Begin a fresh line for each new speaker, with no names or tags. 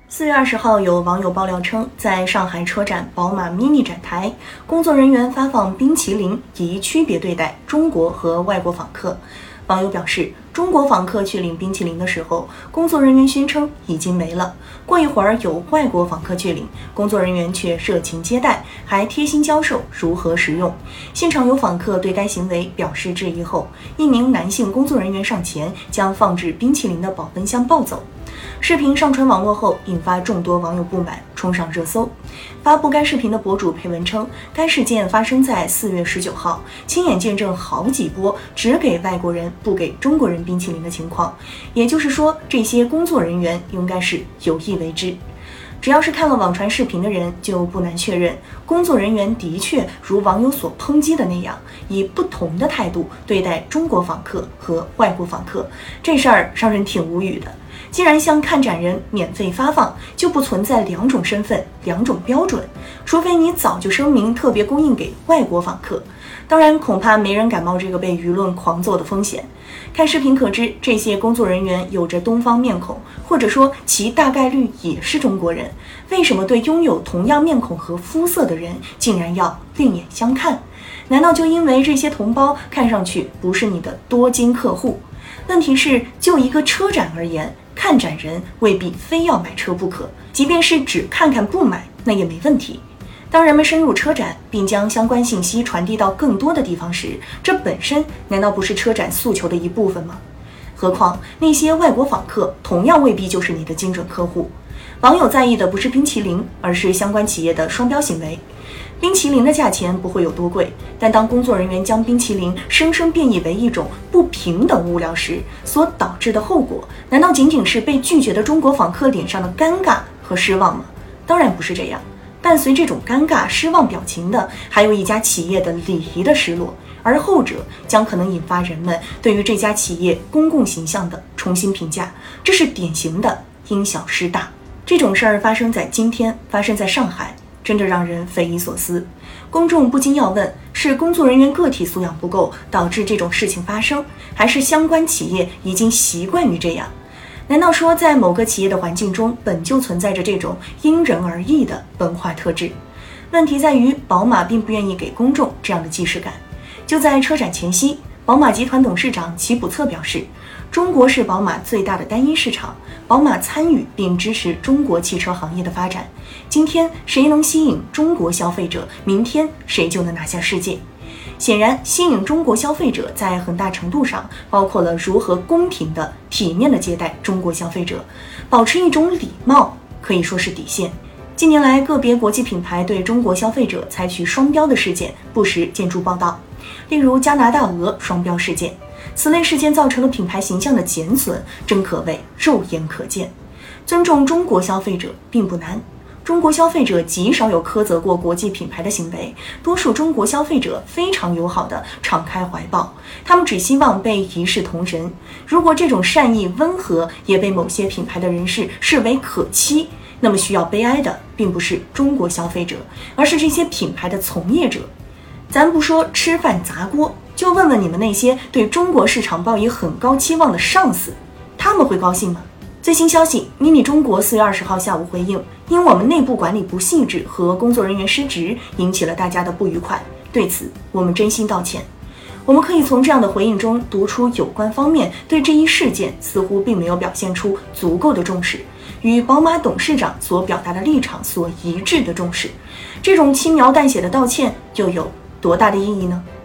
4月20号，有网友爆料称，在上海车展宝马 MINI 展台，工作人员发放冰淇淋，以区别对待中国和外国访客。网友表示，中国访客去领冰淇淋的时候，工作人员宣称已经没了。过一会儿有外国访客去领，工作人员却热情接待，还贴心教授如何食用。现场有访客对该行为表示质疑后，一名男性工作人员上前将放置冰淇淋的保温箱抱走。视频上传网络后，引发众多网友不满，冲上热搜。发布该视频的博主配文称，该事件发生在4月19号，亲眼见证好几波只给外国人不给中国人冰淇淋的情况。也就是说，这些工作人员应该是有意为之。只要是看了网传视频的人，就不难确认，工作人员的确如网友所抨击的那样，以不同的态度对待中国访客和外国访客。这事儿让人挺无语的。既然像看展人免费发放，就不存在两种身份、两种标准，除非你早就声明特别供应给外国访客。当然，恐怕没人敢冒这个被舆论狂揍的风险。看视频可知，这些工作人员有着东方面孔，或者说其大概率也是中国人。为什么对拥有同样面孔和肤色的人竟然要另眼相看？难道就因为这些同胞看上去不是你的多金客户？问题是，就一个车展而言，看展人未必非要买车不可，即便是只看看不买，那也没问题。当人们深入车展，并将相关信息传递到更多的地方时，这本身难道不是车展诉求的一部分吗？何况那些外国访客同样未必就是你的精准客户。网友在意的不是冰淇淋，而是相关企业的双标行为。冰淇淋的价钱不会有多贵，但当工作人员将冰淇淋生生变异为一种不平等物料时，所导致的后果，难道仅仅是被拒绝的中国访客脸上的尴尬和失望吗？当然不是这样。伴随这种尴尬、失望表情的，还有一家企业的礼仪的失落，而后者将可能引发人们对于这家企业公共形象的重新评价。这是典型的因小失大。这种事儿发生在今天，发生在上海，真的让人匪夷所思。公众不禁要问，是工作人员个体素养不够导致这种事情发生，还是相关企业已经习惯于这样？难道说在某个企业的环境中本就存在着这种因人而异的文化特质？问题在于宝马并不愿意给公众这样的既视感。就在车展前夕，宝马集团董事长齐普策表示，中国是宝马最大的单一市场，宝马参与并支持中国汽车行业的发展。今天谁能吸引中国消费者，明天谁就能拿下世界。显然，吸引中国消费者在很大程度上包括了如何公平的、体面的接待中国消费者，保持一种礼貌，可以说是底线。近年来，个别国际品牌对中国消费者采取双标的事件不时见诸报道，例如加拿大鹅双标事件。此类事件造成了品牌形象的减损，真可谓肉眼可见。尊重中国消费者并不难。中国消费者极少有苛责过国际品牌的行为，多数中国消费者非常友好的敞开怀抱，他们只希望被一视同仁。如果这种善意温和也被某些品牌的人士视为可欺，那么需要悲哀的并不是中国消费者，而是这些品牌的从业者。咱不说吃饭砸锅，就问问你们那些对中国市场抱以很高期望的上司，他们会高兴吗？最新消息，MINI中国4月20号下午回应，因我们内部管理不细致和工作人员失职，引起了大家的不愉快，对此我们真心道歉。我们可以从这样的回应中读出有关方面对这一事件似乎并没有表现出足够的重视，与宝马董事长所表达的立场所一致的重视。这种轻描淡写的道歉又有多大的意义呢？